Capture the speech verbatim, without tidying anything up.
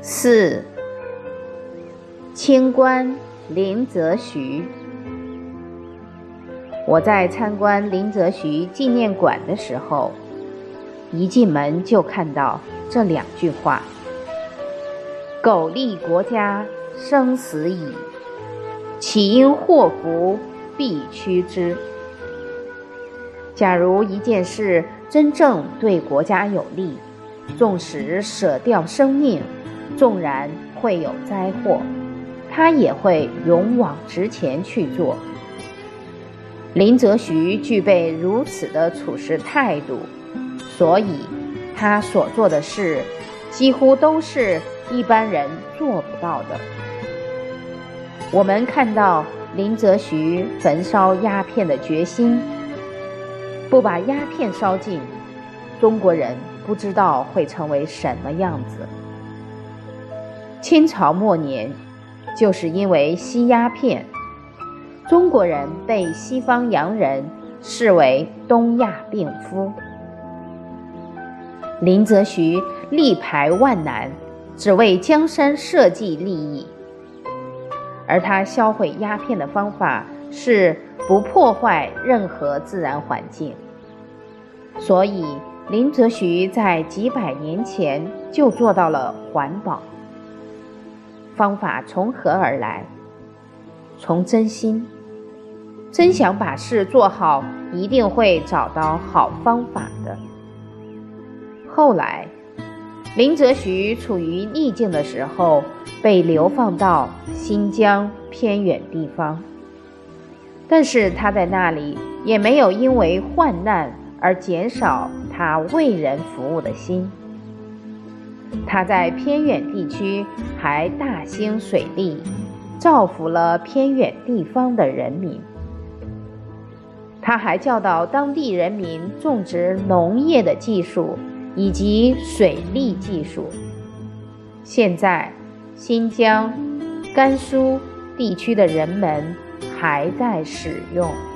四、清官林则徐。我在参观林则徐纪念馆的时候，一进门就看到这两句话：苟利国家生死以，岂因祸福必趋之。假如一件事真正对国家有利，纵使舍掉生命，纵然会有灾祸，他也会勇往直前去做。林则徐具备如此的处事态度，所以他所做的事几乎都是一般人做不到的。我们看到林则徐焚烧鸦片的决心，不把鸦片烧尽，中国人不知道会成为什么样子。清朝末年，就是因为吸鸦片，中国人被西方洋人视为东亚病夫。林则徐力排万难，只为江山社稷利益，而他销毁鸦片的方法是不破坏任何自然环境。所以林则徐在几百年前就做到了环保。方法从何而来？从真心。真想把事做好，一定会找到好方法的。后来林则徐处于逆境的时候，被流放到新疆偏远地方，但是他在那里也没有因为患难而减少他为人服务的心。他在偏远地区还大兴水利，造福了偏远地方的人民。他还教导当地人民种植农业的技术以及水利技术。现在新疆、甘肃地区的人们还在使用。